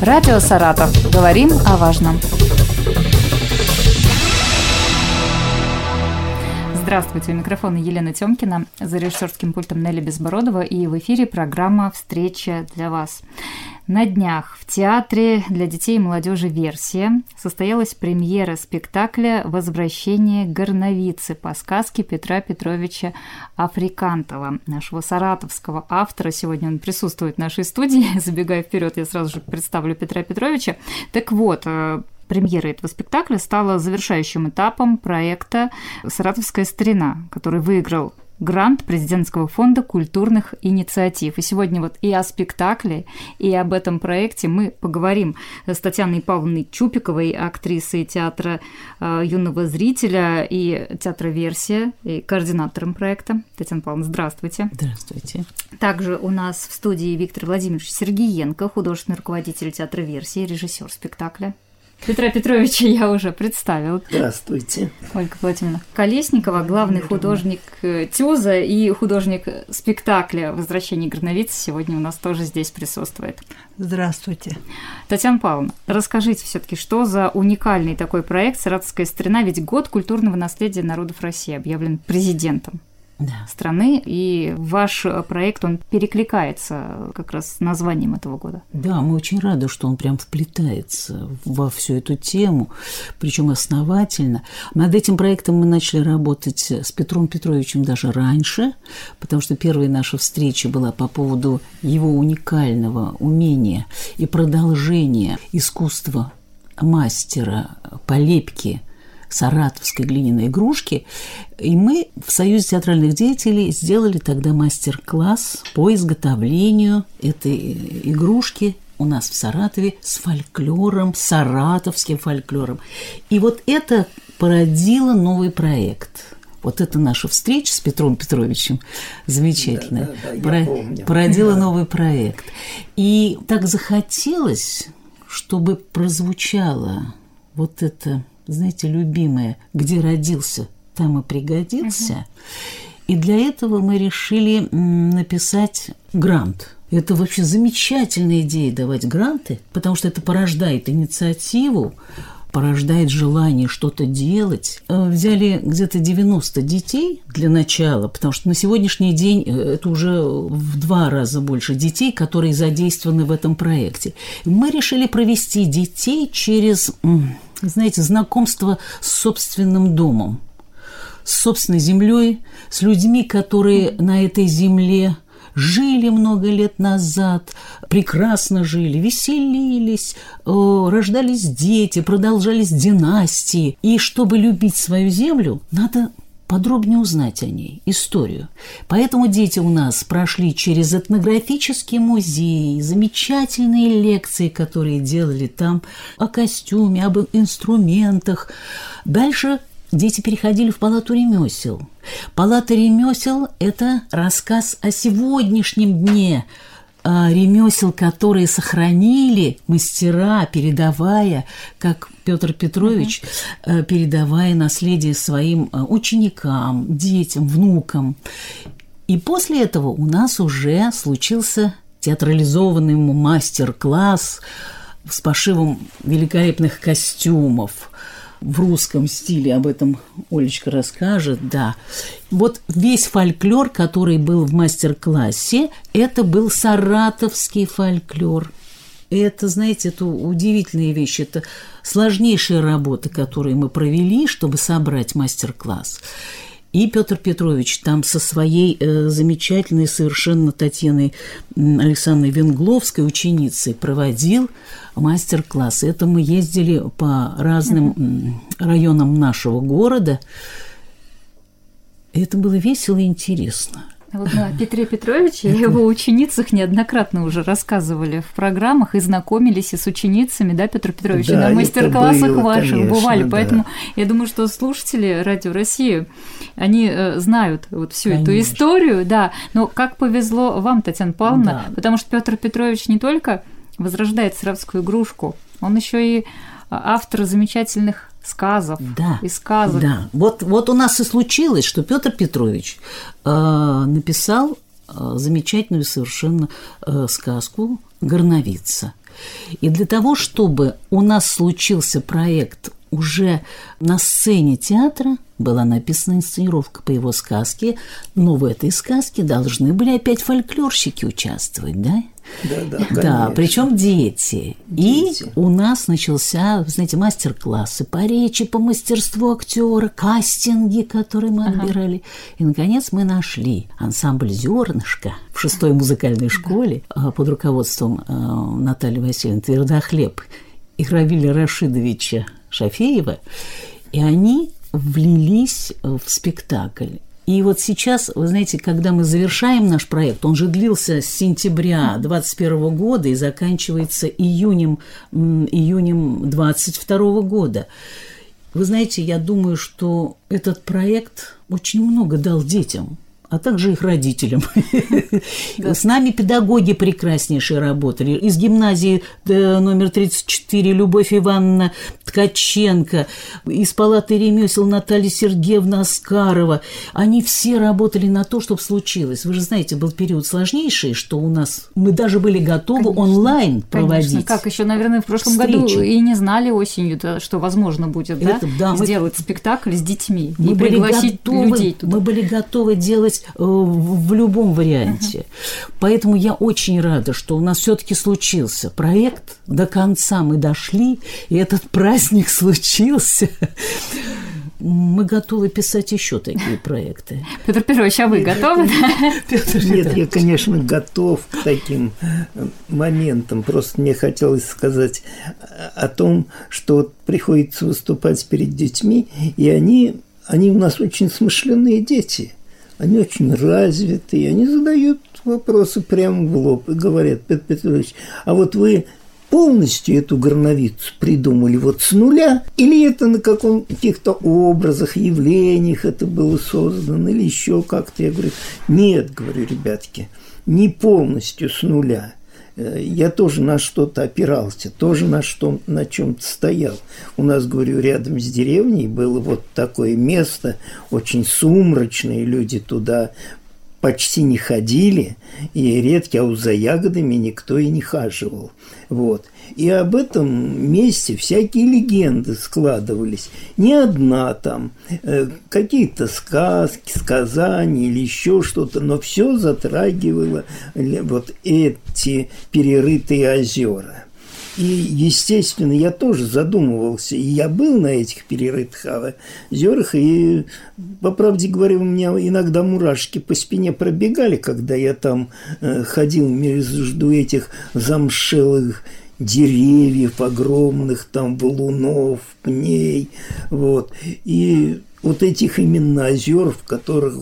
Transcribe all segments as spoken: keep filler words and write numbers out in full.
Радио «Саратов». Говорим о важном. Здравствуйте, у микрофона Елена Тёмкина, за режиссерским пультом Нелли Безбородова, и в эфире программа «Встреча для вас». На днях в театре для детей и молодежи «Версия» состоялась премьера спектакля «Возвращение Горновицы» по сказке Петра Петровича Африкантова, нашего саратовского автора. Сегодня он присутствует в нашей студии. Забегая вперед, я сразу же представлю Петра Петровича. Так вот, премьера этого спектакля стала завершающим этапом проекта «Саратовская старина», который выиграл грант президентского фонда культурных инициатив. И сегодня вот и о спектакле, и об этом проекте мы поговорим с Татьяной Павловной Чупиковой, актрисой театра юного зрителя и театра «Версия», и координатором проекта. Татьяна Павловна, здравствуйте. Здравствуйте. Также у нас в студии Виктор Владимирович Сергиенко, художественный руководитель театра «Версия», режиссер спектакля. Петра Петровича я уже представила. Здравствуйте. Ольга Владимировна Колесникова, главный художник ТЮЗа и художник спектакля «Возвращение Горновицы» сегодня у нас тоже здесь присутствует. Здравствуйте. Татьяна Павловна, расскажите все-таки, что за уникальный такой проект «Саратовская старина», ведь год культурного наследия народов России объявлен президентом Да. страны, и ваш проект, он перекликается как раз с названием этого года. Да, мы очень рады, что он прям вплетается во всю эту тему, причем основательно. Над этим проектом мы начали работать с Петром Петровичем даже раньше, потому что первая наша встреча была по поводу его уникального умения и продолжения искусства мастера по лепке саратовской глиняной игрушки, и мы в Союзе театральных деятелей сделали тогда мастер-класс по изготовлению этой игрушки у нас в Саратове с фольклором, саратовским фольклором. И вот это породило новый проект. Вот это наша встреча с Петром Петровичем замечательная, да, да, да, Про- породила новый проект. И так захотелось, чтобы прозвучало вот это, знаете, любимое, где родился, там и пригодился. Uh-huh. И для этого мы решили написать грант. Это вообще замечательная идея давать гранты, потому что это порождает инициативу, порождает желание что-то делать. Взяли где-то девяносто детей для начала, потому что на сегодняшний день это уже в два раза больше детей, которые задействованы в этом проекте. И мы решили провести детей через, знаете, знакомство с собственным домом, с собственной землей, с людьми, которые на этой земле жили много лет назад, прекрасно жили, веселились, рождались дети, продолжались династии. И чтобы любить свою землю, надо подробнее узнать о ней, историю. Поэтому дети у нас прошли через этнографический музей, замечательные лекции, которые делали там о костюме, об инструментах. Дальше дети переходили в палату ремесел. Палата ремесел – это рассказ о сегодняшнем дне ремесел, которые сохранили мастера, передавая, как Петр Петрович, uh-huh. передавая наследие своим ученикам, детям, внукам. И после этого у нас уже случился театрализованный мастер-класс с пошивом великолепных костюмов в русском стиле, об этом Олечка расскажет, да. Вот весь фольклор, который был в мастер-классе, это был саратовский фольклор. Это, знаете, это удивительная вещь, это сложнейшая работа, которую мы провели, чтобы собрать мастер-класс. И Петр Петрович там со своей э, замечательной совершенно Татьяной Александровной Венгловской ученицей проводил мастер-класс. Это мы ездили по разным mm-hmm. районам нашего города. И это было весело и интересно. Вот на Петре Петровиче и его ученицах неоднократно уже рассказывали в программах и знакомились и с ученицами, да, Петра Петровича, да, на мастер-классах было, ваших конечно, бывали. Да. Поэтому я думаю, что слушатели Радио России, они э, знают вот всю конечно. Эту историю, да. Но как повезло вам, Татьяна Павловна, да. потому что Петр Петрович не только возрождает саратовскую игрушку, он еще и автор замечательных сказов да, и сказок. Да, вот, вот у нас и случилось, что Петр Петрович э, написал э, замечательную совершенно э, сказку «Горновица». И для того, чтобы у нас случился проект уже на сцене театра, была написана инсценировка по его сказке, но в этой сказке должны были опять фольклорщики участвовать, да? Да, да, да, причем дети. дети. И у нас начался, знаете, мастер-классы по речи, по мастерству актера, кастинги, которые мы ага. отбирали. И, наконец, мы нашли ансамбль «Зернышко» в шестой музыкальной школе под руководством Натальи Васильевны Твердохлеб и Равиля Рашидовича Шафеева. И они влились в спектакль. И вот сейчас, вы знаете, когда мы завершаем наш проект, он же длился с сентября двадцать первого года и заканчивается июнем, июнем двадцать второго года. Вы знаете, я думаю, что этот проект очень много дал детям, а также их родителям. Да. С нами педагоги прекраснейшие работали. Из гимназии номер тридцать четыре Любовь Ивановна Ткаченко, из палаты ремесел Наталья Сергеевна Оскарова. Они все работали на то, чтобы случилось. Вы же знаете, был период сложнейший, что у нас мы даже были готовы конечно, онлайн проводить. Конечно. Как еще, наверное, в прошлом встречи. году и не знали осенью, да, что возможно будет да, Это, да, сделать мы... спектакль с детьми мы и пригласить готовы, людей туда. Мы были готовы делать в любом варианте. Uh-huh. Поэтому я очень рада, что у нас все-таки случился проект. До конца мы дошли, и этот праздник случился. Мы готовы писать еще такие проекты. Петр Петрович, а вы готовы? Нет, я, конечно, готов к таким моментам. Просто мне хотелось сказать о том, что приходится выступать перед детьми, и они, они у нас очень смышленые дети. Они очень развитые, они задают вопросы прямо в лоб и говорят: Петр Петрович, а вот вы полностью эту горновицу придумали вот с нуля, или это на каких-то образах, явлениях это было создано, или еще как-то? Я говорю: нет, говорю, ребятки, не полностью с нуля. Я тоже на что-то опирался, тоже на, что, на чем-то стоял. У нас, говорю, рядом с деревней было вот такое место, очень сумрачное, люди туда почти не ходили, и редко, а за ягодами никто и не хаживал. Вот. И об этом месте всякие легенды складывались. Не одна там, э, какие-то сказки, сказания или еще что-то, но все затрагивало вот эти перерытые озера. И, естественно, я тоже задумывался, и я был на этих перерытых озерах, и, по правде говоря, у меня иногда мурашки по спине пробегали, когда я там э, ходил между этих замшелых деревьев, огромных там валунов, пней, вот. И вот этих именно озер, в которых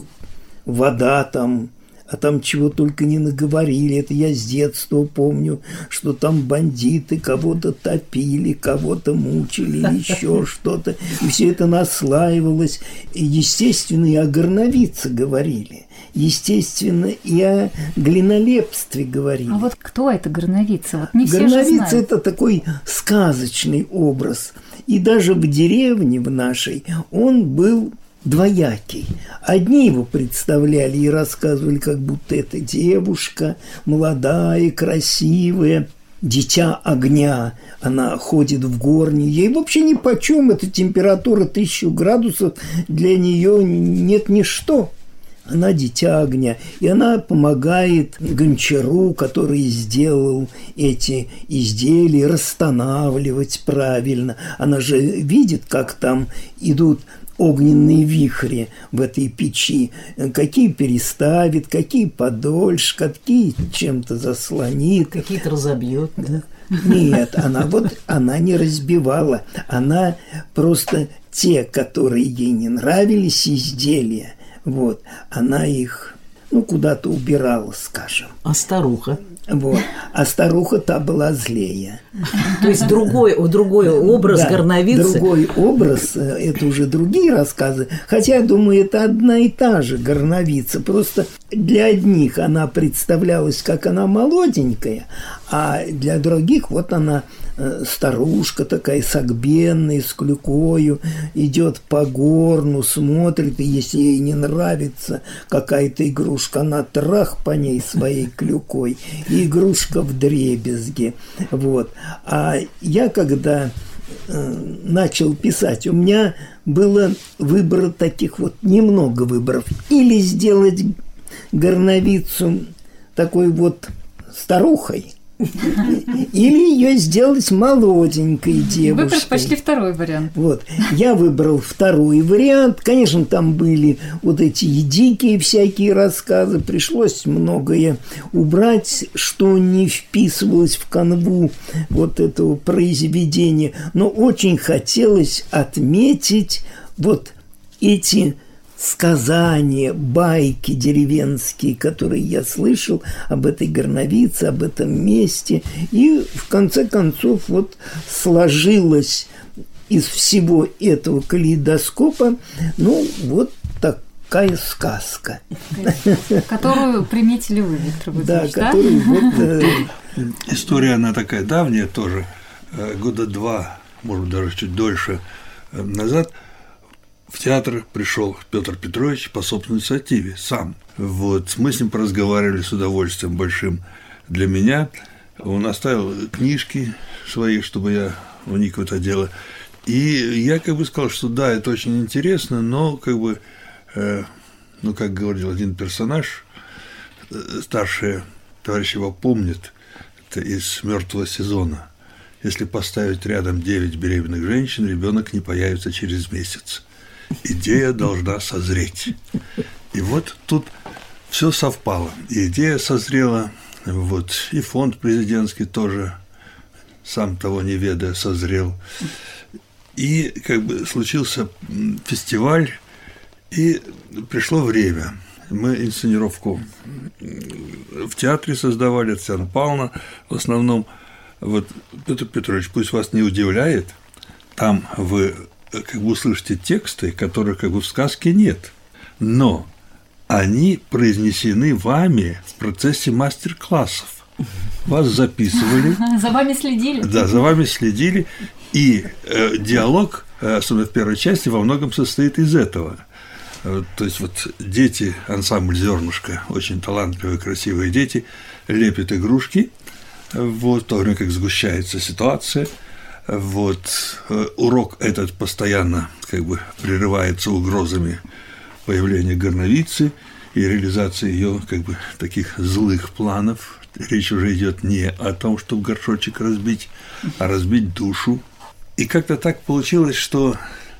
вода там, а там чего только не наговорили. Это я с детства помню, что там бандиты кого-то топили, кого-то мучили, еще что-то. И все это наслаивалось. И, естественно, и о горновице говорили. Естественно, и о глинолепстве говорили. А вот кто это горновица? Вот не все горновица же знают. – это такой сказочный образ. И даже в деревне в нашей он был двоякий. Одни его представляли и рассказывали, как будто это девушка молодая, красивая, дитя огня. Она ходит в горне. Ей вообще нипочем эта температура тысячу градусов для нее нет ничто. Она дитя огня, и она помогает гончару, который сделал эти изделия, расстанавливать правильно. Она же видит, как там идут огненные вихри в этой печи, какие переставит, какие подольше, какие чем-то заслонит. Какие-то разобьет, да? Нет, она вот, она не разбивала, она просто те, которые ей не нравились изделия, вот, она их, ну, куда-то убирала, скажем. А старуха? Вот. А старуха та была злее. То есть другой, другой образ да, горновицы. Другой образ, это уже другие рассказы. Хотя, я думаю, это одна и та же горновица. Просто для одних она представлялась, как она молоденькая, а для других вот она старушка такая согбенная, с клюкою, идет по горну, смотрит, и если ей не нравится какая-то игрушка, игрушка, она трах по ней своей клюкой, и игрушка вдребезги. Вот. А я, когда э, начал писать, у меня было выбора таких вот, немного выборов. Или сделать горновицу такой вот старухой, или ее сделать молоденькой девушкой. Вы предпочли второй вариант. Вот. Я выбрал второй вариант. Конечно, там были вот эти дикие всякие рассказы. Пришлось многое убрать, что не вписывалось в канву вот этого произведения. Но очень хотелось отметить вот эти сказания, байки деревенские, которые я слышал об этой горновице, об этом месте. И в конце концов вот сложилось из всего этого калейдоскопа, ну, вот такая сказка. Которую приметили вы, Виктор Гудович, да? Да, которую вот... История, она такая давняя тоже, года два, может быть, даже чуть дольше назад. В театр пришел Петр Петрович по собственной инициативе, сам. Вот, мы с ним поразговаривали с удовольствием большим для меня. Он оставил книжки свои, чтобы я вник в это дело. И я как бы сказал, что да, это очень интересно, но как бы, э, ну, как говорил один персонаж, э, старшие товарищи его помнят, это из «Мертвого сезона». Если поставить рядом девять беременных женщин, ребенок не появится через месяц. Идея должна созреть. И вот тут все совпало. И идея созрела, вот, и фонд президентский тоже, сам того не ведая, созрел. И как бы случился фестиваль, и пришло время. Мы инсценировку в театре создавали, Татьяна Павловна в основном. Вот, Петр Петрович, пусть вас не удивляет, там вы как бы услышите тексты, которых как бы в сказке нет, но они произнесены вами в процессе мастер-классов. Вас записывали. За вами следили. Да, за вами следили, и э, диалог, особенно в первой части, во многом состоит из этого. То есть вот дети, ансамбль «Зернышко», очень талантливые, красивые дети, лепят игрушки, вот, в то время как сгущается ситуация. Вот, урок этот постоянно как бы прерывается угрозами появления горновицы и реализации ее как бы таких злых планов. Речь уже идет не о том, чтобы горшочек разбить, а разбить душу. И как-то так получилось, что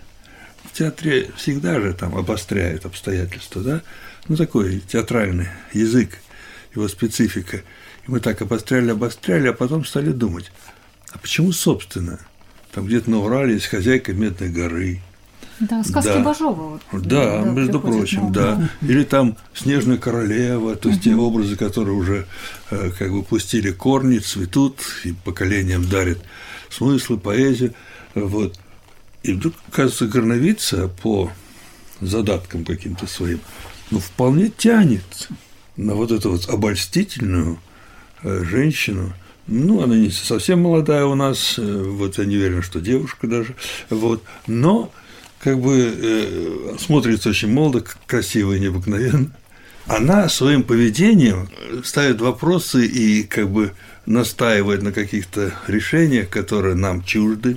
в театре всегда же там обостряют обстоятельства, да? Ну, такой театральный язык, его специфика. И мы так обостряли, обостряли, а потом стали думать, а почему, собственно, там где-то на Урале есть хозяйка Медной горы? Да, сказки да. Бажова. Вот, да, да, между прочим, да. Или там Снежная королева, то есть угу. те образы, которые уже э, как бы пустили корни, цветут и поколениям дарят смыслы, поэзию. Вот. И вдруг, кажется, горновица по задаткам каким-то своим, ну, вполне тянет на вот эту вот обольстительную э, женщину. Ну, она не совсем молодая у нас, вот я не уверен, что девушка даже, вот, но как бы э, смотрится очень молодо, красиво и необыкновенно. Она своим поведением ставит вопросы и как бы настаивает на каких-то решениях, которые нам чужды,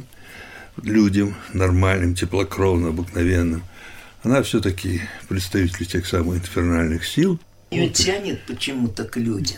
людям нормальным, теплокровным, обыкновенным. Она все-таки представитель тех самых инфернальных сил. Ее тянет почему-то к людям.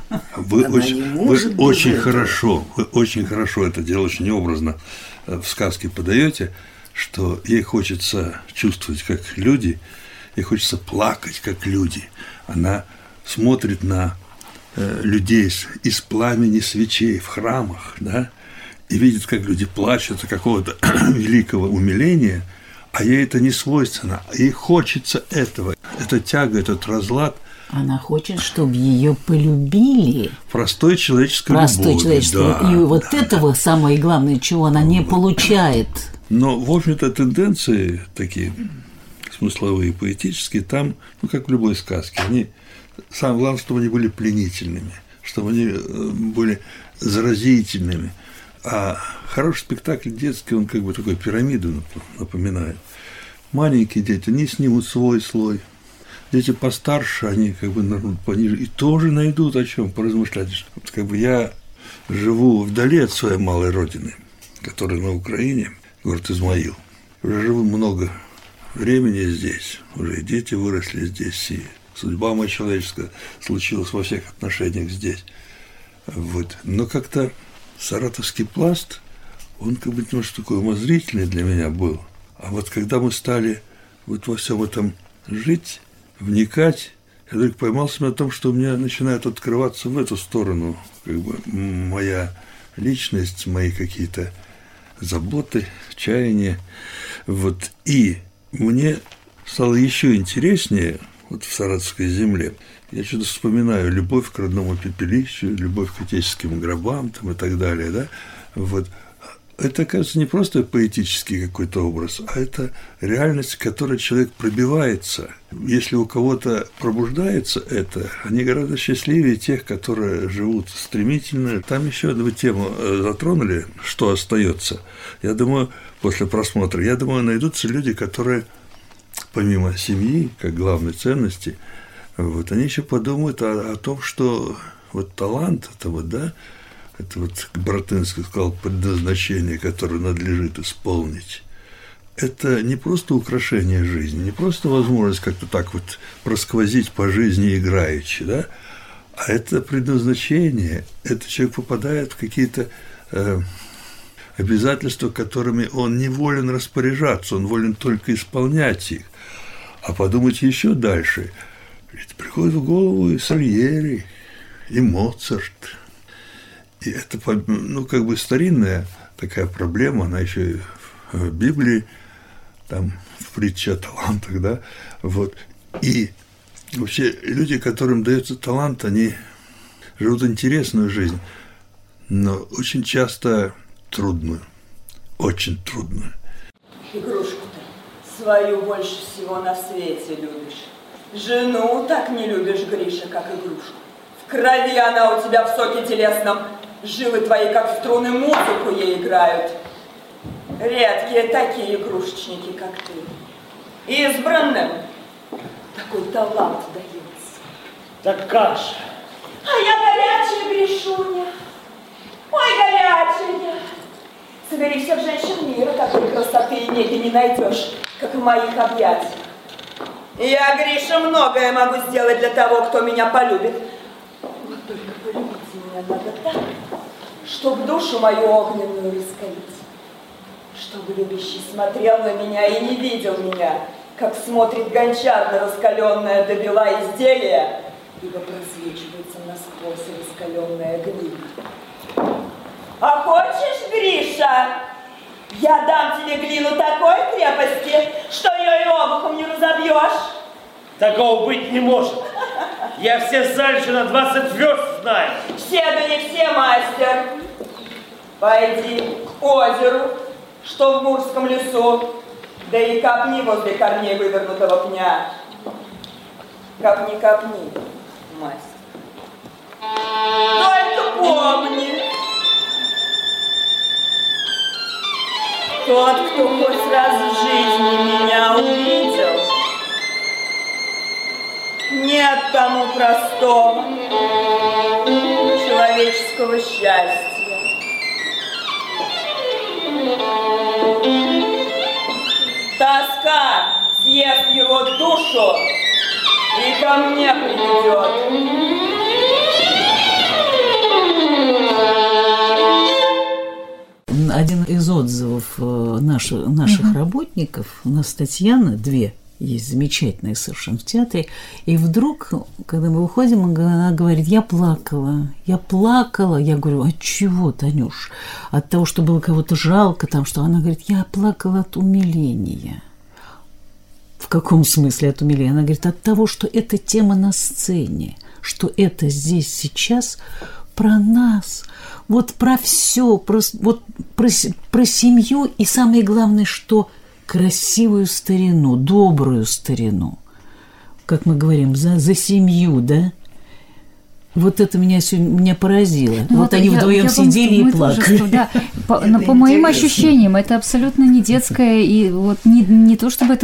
Вы Она очень, вы очень хорошо, вы очень хорошо это дело, очень образно в сказке подаете, что ей хочется чувствовать как люди, ей хочется плакать как люди. Она смотрит на э, людей из пламени свечей в храмах, да, и видит, как люди плачут от какого-то великого умиления, а ей это не свойственно, ей хочется этого. Эта тяга, этот разлад. Она хочет, чтобы ее полюбили. Простой человеческой Простой любовью. человеческой. Да, и вот да, этого да. самое главное, чего она не получает. Но, в общем-то, тенденции такие смысловые, поэтические, там, ну, как в любой сказке, они, самое главное, чтобы они были пленительными, чтобы они были заразительными. А хороший спектакль детский, он как бы такой пирамиду напоминает. Маленькие дети, они снимут свой слой, дети постарше, они как бы наверное, пониже, и тоже найдут о чем поразмышлять. Вот как бы я живу вдали от своей малой родины, которая на Украине, город Измаил. Уже живу много времени здесь, уже и дети выросли здесь, и судьба моя человеческая случилась во всех отношениях здесь. Вот. Но как-то саратовский пласт, он как бы немножко такой умозрительный для меня был. А вот когда мы стали вот во всем этом жить, вникать, я вдруг поймал себя на том, что у меня начинает открываться в эту сторону как бы моя личность, мои какие-то заботы, чаяния. Вот. И мне стало еще интереснее вот в Саратовской земле. Я что-то вспоминаю любовь к родному пепелищу, любовь к отеческим гробам там, и так далее. Да? Вот. Это, кажется, не просто поэтический какой-то образ, а это реальность, в которой человек пробивается. Если у кого-то пробуждается это, они гораздо счастливее тех, которые живут стремительно. Там еще одну тему затронули, что остается. Я думаю, после просмотра, я думаю, найдутся люди, которые, помимо семьи, как главной ценности, вот, они еще подумают о, о том, что вот талант это вот, да, это вот Братынский сказал, предназначение, которое надлежит исполнить. Это не просто украшение жизни, не просто возможность как-то так вот просквозить по жизни играючи, да, а это предназначение, это человек попадает в какие-то э, обязательства, которыми он не волен распоряжаться, он волен только исполнять их. А подумать еще дальше, ведь приходит в голову и Сальери, и Моцарт. И это, ну, как бы старинная такая проблема, она еще и в Библии, там, в притче о талантах, да, вот. И вообще люди, которым дается талант, они живут интересную жизнь, но очень часто трудную, очень трудную. Игрушку-то свою больше всего на свете любишь. Жену так не любишь, Гриша, как игрушку. В крови она у тебя в соке телесном. Жилы твои, как струны, музыку ей играют. Редкие такие игрушечники, как ты. Избранным такой талант дается. Так как же? А я горячая, Гришуня. Ой, горячая. Собери всех женщин мира, такой красоты и неги не найдешь, как в моих объятиях. Я, Гриша, многое могу сделать для того, кто меня полюбит. Вот только полюбить меня надо так, чтобы душу мою огненную раскалить, чтобы любящий смотрел на меня и не видел меня, как смотрит гончар на раскаленное до бела изделие, ибо просвечивается насквозь раскаленная глина. А хочешь, Гриша, я дам тебе глину такой крепости, что ее и обухом не разобьешь? Такого быть не может. Я все залежи на двадцать верст знаю. Все, да не все, мастер. Пойди к озеру, что в Мурском лесу, да и копни возле корней вывернутого пня. Копни, копни, мастер. Только помни, тот, кто хоть раз в жизни меня увидел, нет тому простого человеческого счастья. Тоска съест его душу и ко мне приведет. Один из отзывов наших, наших mm-hmm. работников, у нас Татьяна, две есть замечательные совершенно в театре, и вдруг, когда мы выходим, она говорит: я плакала, я плакала, я говорю: от чего, Танюш? От того, что было кого-то жалко, там что? Она говорит: я плакала от умиления. В каком смысле от умиления? Она говорит: от того, что эта тема на сцене, что это здесь сейчас про нас, вот про все, про, вот про, про семью, и самое главное, что красивую старину, добрую старину, как мы говорим, за, за семью, да? Вот это меня сегодня меня поразило. Ну, вот они я, вдвоем я сидели и плакали. Что, да, по, но по моим ощущениям, это абсолютно не детское, и вот не, не то, чтобы это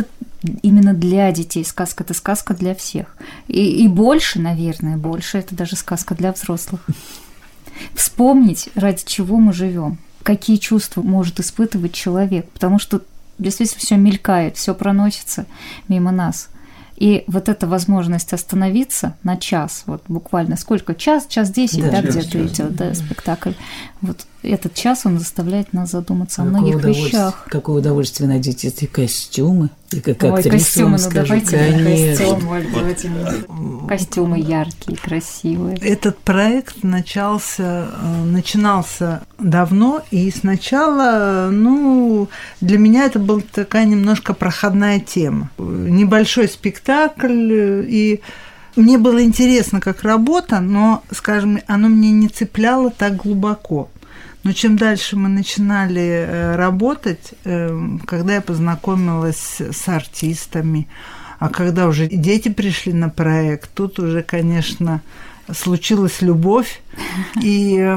именно для детей. Сказка – это сказка для всех. И, и больше, наверное, больше – это даже сказка для взрослых. Вспомнить, ради чего мы живем, какие чувства может испытывать человек, потому что действительно все мелькает, все проносится мимо нас. И вот эта возможность остановиться на час, вот буквально сколько? Час, час десять, да, да где-то идет, да, спектакль. Вот этот час, он заставляет нас задуматься какое о многих вещах. Какое удовольствие надеть эти костюмы. И как Ой, актриса, костюмы, ну скажу, давайте конечно. костюмы, Ольга Владимировна. Костюмы яркие, красивые. Этот проект начался, начинался давно, и сначала, ну, для меня это была такая немножко проходная тема. Небольшой спектакль, и мне было интересно как работа, но, скажем, оно мне не цепляло так глубоко. Но чем дальше мы начинали работать, когда я познакомилась с артистами, а когда уже дети пришли на проект, тут уже, конечно, случилась любовь, и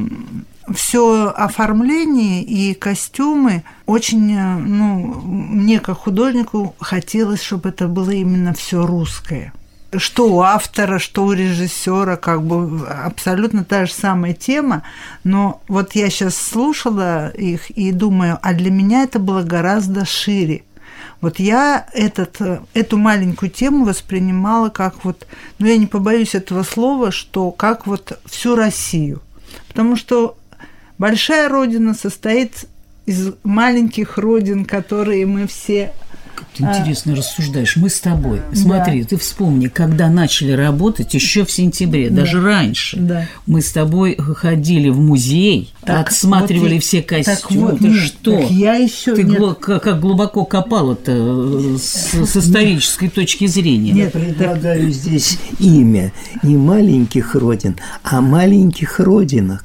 все оформление и костюмы очень, ну, мне как художнику хотелось, чтобы это было именно все русское. Что у автора, что у режиссера, как бы абсолютно та же самая тема, но вот я сейчас слушала их и думаю, а для меня это было гораздо шире. Вот я этот, эту маленькую тему воспринимала как вот, ну я не побоюсь этого слова, что как вот всю Россию, потому что большая родина состоит из маленьких родин, которые мы все... Ты интересно а... рассуждаешь. Мы с тобой. Смотри, да. Ты вспомни, когда начали работать, еще в сентябре, да. даже раньше, да. мы с тобой ходили в музей, так, отсматривали вот все костюмы. Вот, ты нет, что? Я еще ты нет. гл- как глубоко копала-то с, с исторической точки зрения? Я предлагаю здесь имя не маленьких родин, а маленьких родинок.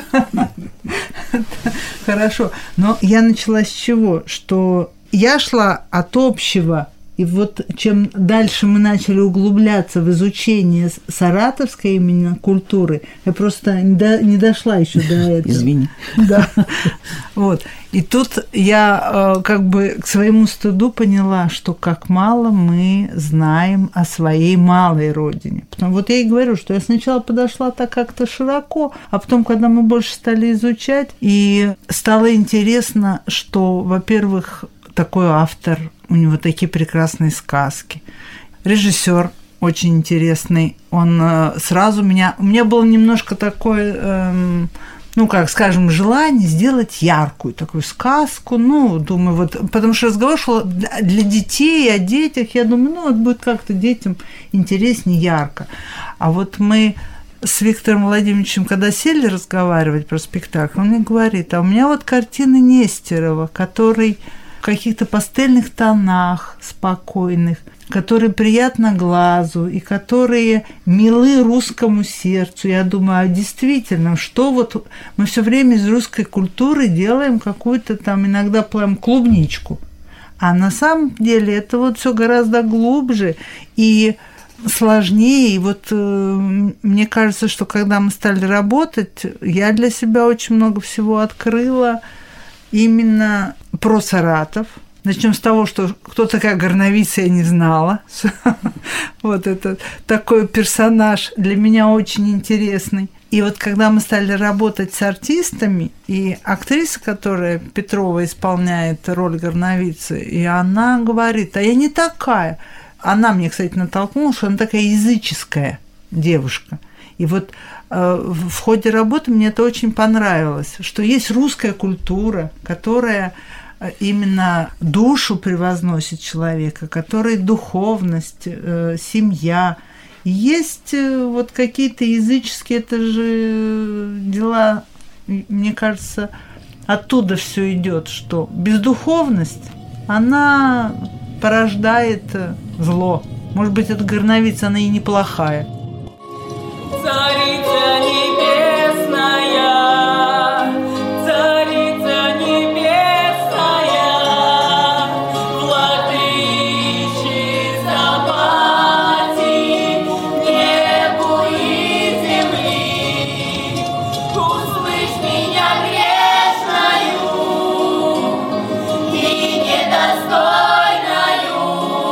Хорошо. Но я начала с чего? Что я шла от общего, и вот чем дальше мы начали углубляться в изучение саратовской именно культуры, я просто не, до, не дошла еще до этого. Извини. Да. Вот. И тут я как бы к своему стыду поняла, что как мало мы знаем о своей малой родине. Потому вот я и говорю, что я сначала подошла так как-то широко, а потом, когда мы больше стали изучать, и стало интересно, что, во-первых, такой автор, у него такие прекрасные сказки. Режиссер очень интересный. Он сразу меня... У меня было немножко такое, эм, ну, как скажем, желание сделать яркую такую сказку. Ну, думаю, вот... Потому что разговор шел для детей, о детях. Я думаю, ну, вот будет как-то детям интереснее, ярко. А вот мы с Виктором Владимировичем, когда сели разговаривать про спектакль, он мне говорит, а у меня вот картины Нестерова, который... в каких-то пастельных тонах, спокойных, которые приятно глазу и которые милы русскому сердцу. Я думаю, а действительно, что вот мы все время из русской культуры делаем какую-то там иногда прям клубничку. А на самом деле это вот все гораздо глубже и сложнее. И вот э, мне кажется, что когда мы стали работать, я для себя очень много всего открыла именно про Саратов. Начнем с того, что кто такая Горновица, я не знала. Вот это такой персонаж для меня очень интересный. И вот когда мы стали работать с артистами, и актриса, которая Петрова исполняет роль Горновицы, и она говорит, а я не такая. Она мне, кстати, натолкнула, что она такая языческая девушка. И вот э, в ходе работы мне это очень понравилось, что есть русская культура, которая именно душу превозносит человека, которая духовность, э, семья. И есть э, вот какие-то языческие, это же дела, мне кажется, оттуда все идет, что бездуховность, она порождает зло. Может быть, эта Горновица, она и неплохая. Царица небесная, царица небесная, владычица мати небу и земли, услышь меня грешную и недостойную.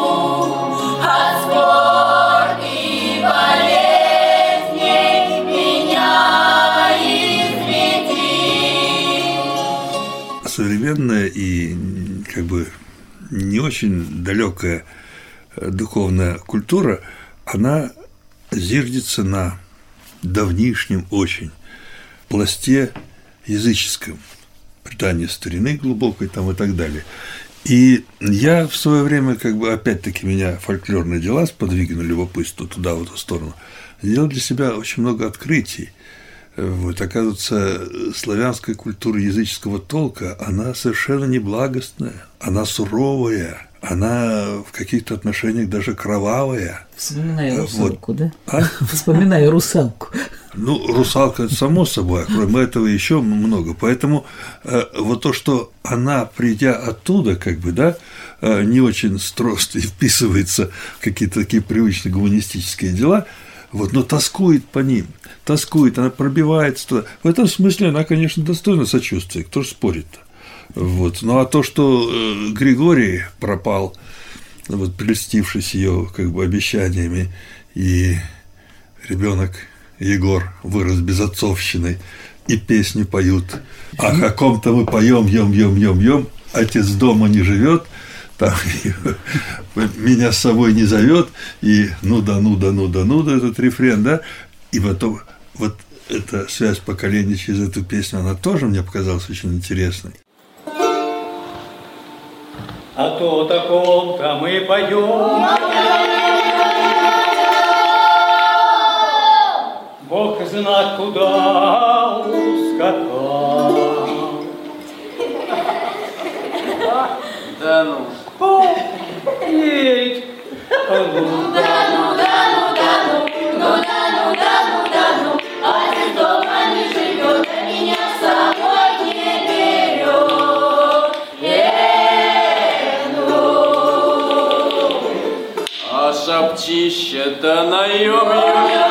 современная и как бы не очень далекая духовная культура, она зиждется на давнишнем очень пласте языческом, предание старины глубокой там и так далее. И я в свое время, как бы, опять-таки, меня фольклорные дела сподвигнули любопытство туда, в эту сторону, сделал для себя очень много открытий. Вот, оказывается, славянская культура языческого толка, она совершенно не благостная, она суровая, она в каких-то отношениях даже кровавая. Вспоминаю русалку, вот. Да? А? Вспоминаю русалку. Ну, русалка – это само собой, а кроме этого еще много. Поэтому э, вот то, что она, придя оттуда, как бы, да, э, не очень строго вписывается в какие-то такие привычные гуманистические дела, вот, но тоскует по ним, тоскует, она пробивается туда. В этом смысле она, конечно, достойна сочувствия, кто же спорит-то. Вот. Ну, а то, что э, Григорий пропал, вот, прельстившись ее, как бы, обещаниями, и ребенок Егор вырос безотцовщиной, и песни поют. Ах, о ком-то мы поем, ем, ем, ем, ем, отец дома не живет, там, меня с собой не зовет, и ну да, ну да, ну да, ну да, этот рефрен, да, и потом вот эта связь поколений через эту песню, она тоже мне показалась очень интересной. А то о ком-то мы поем, Бог знает, куда ускакал. Да ну. Едет. Ну да, ну да, ну да, ну, ну да, ну да, ну да, ну, отец дома не живет, а меня с собой не берет. Э-ну. А шапчище-то наем-ем.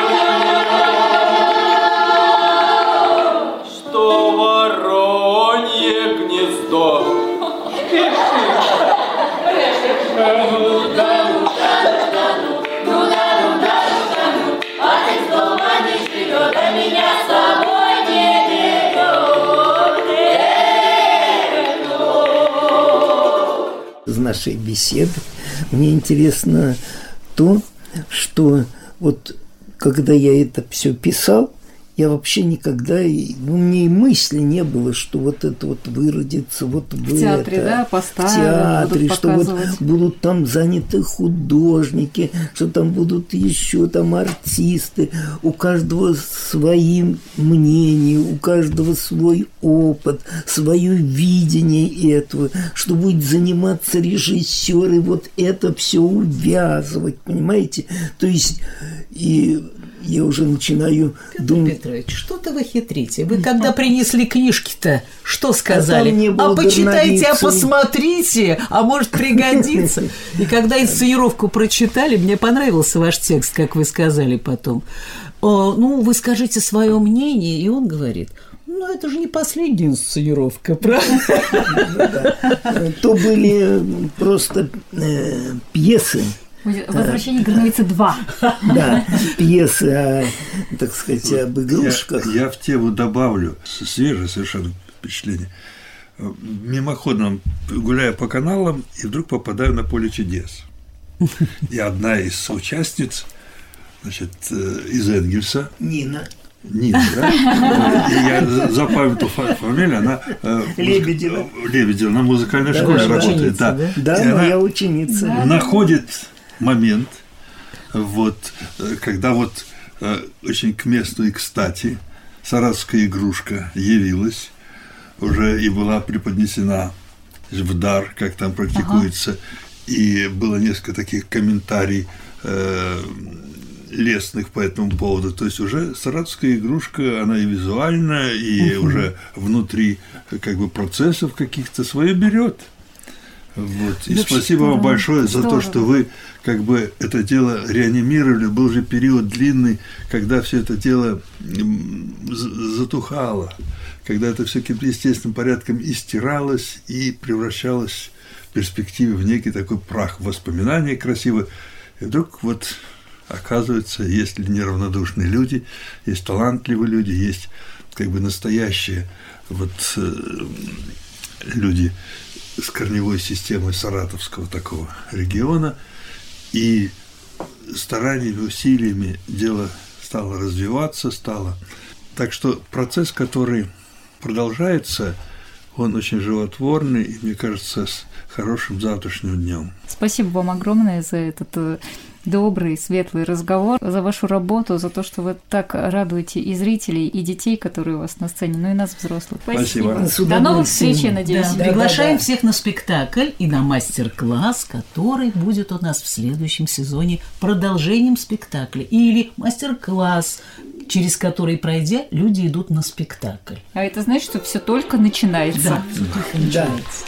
Из нашей беседы мне интересно то, что вот когда я это все писал, я вообще никогда, ну, мне и мысли не было, что вот это вот выродится вот в, в театре, это, да, поставят, в театре, будут что вот будут там заняты художники, что там будут еще там артисты, у каждого свои мнения, у каждого свой опыт, свое видение этого, что будет заниматься режиссер и вот это все увязывать, понимаете? То есть и я уже начинаю Петр думать... Петрович, что-то вы хитрите. Вы когда принесли книжки-то, что сказали? А, а почитайте, а посмотрите, а может пригодится. И когда инсценировку прочитали, мне понравился ваш текст, как вы сказали потом. О, ну, вы скажите свое мнение, и он говорит... Ну, это же не последняя инсценировка, правда? То были просто пьесы. «Возвращение границы два». Да, пьесы, о, так сказать, об игрушках. Я, я в тему добавлю свежее совершенно впечатление. Мимоходом гуляю по каналам, и вдруг попадаю на «Поле чудес». И одна из участниц, значит, из Энгельса. Нина. Нина, да? И я запомнил фамилию, она... Лебедева. Лебедева, на музыкальной школе да, работает. Да, да, да, моя ученица. Находит момент, вот, когда вот очень к месту и кстати саратовская игрушка явилась, уже и была преподнесена в дар, как там практикуется, ага. И было несколько таких комментариев э, лестных по этому поводу. То есть уже саратовская игрушка, она и визуальная, и угу. уже внутри как бы процессов каких-то свое берет. Вот. И да, спасибо здорово, вам большое здорово. За то, что вы как бы это дело реанимировали. Был же период длинный, когда все это дело затухало, когда это все каким-то естественным порядком и стиралось, и превращалось в перспективе в некий такой прах воспоминаний красивых. И вдруг вот оказывается, есть неравнодушные люди, есть талантливые люди, есть как бы настоящие вот люди с корневой системой саратовского такого региона, и стараниями, усилиями дело стало развиваться, стало. Так что процесс, который продолжается, он очень животворный и, мне кажется, с хорошим завтрашним днем. Спасибо вам огромное за этот добрый, светлый разговор, за вашу работу, за то, что вы так радуете и зрителей, и детей, которые у вас на сцене, ну и нас, взрослых. Спасибо. Спасибо. До новых встреч, я надеюсь. Да, приглашаем всех на спектакль и на мастер-класс, который будет у нас в следующем сезоне продолжением спектакля. Или мастер-класс, через который, пройдя, люди идут на спектакль. А это значит, что все только начинается. Да, все только начинается.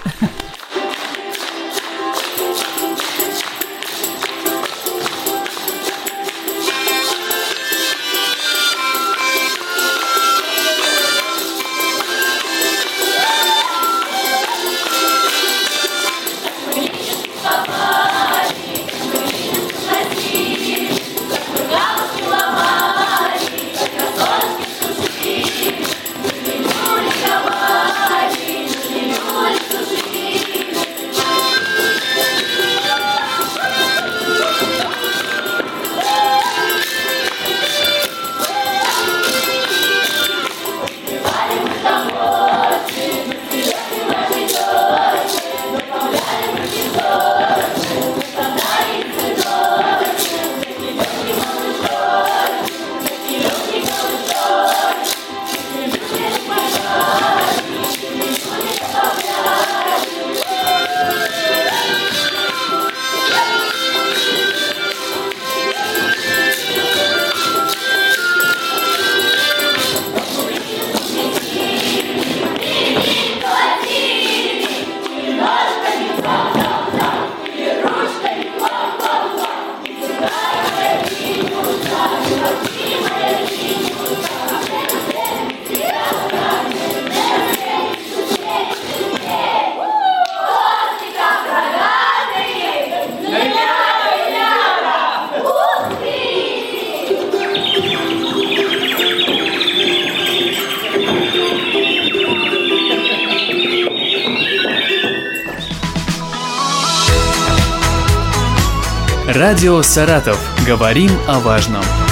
Радио «Саратов». Говорим о важном.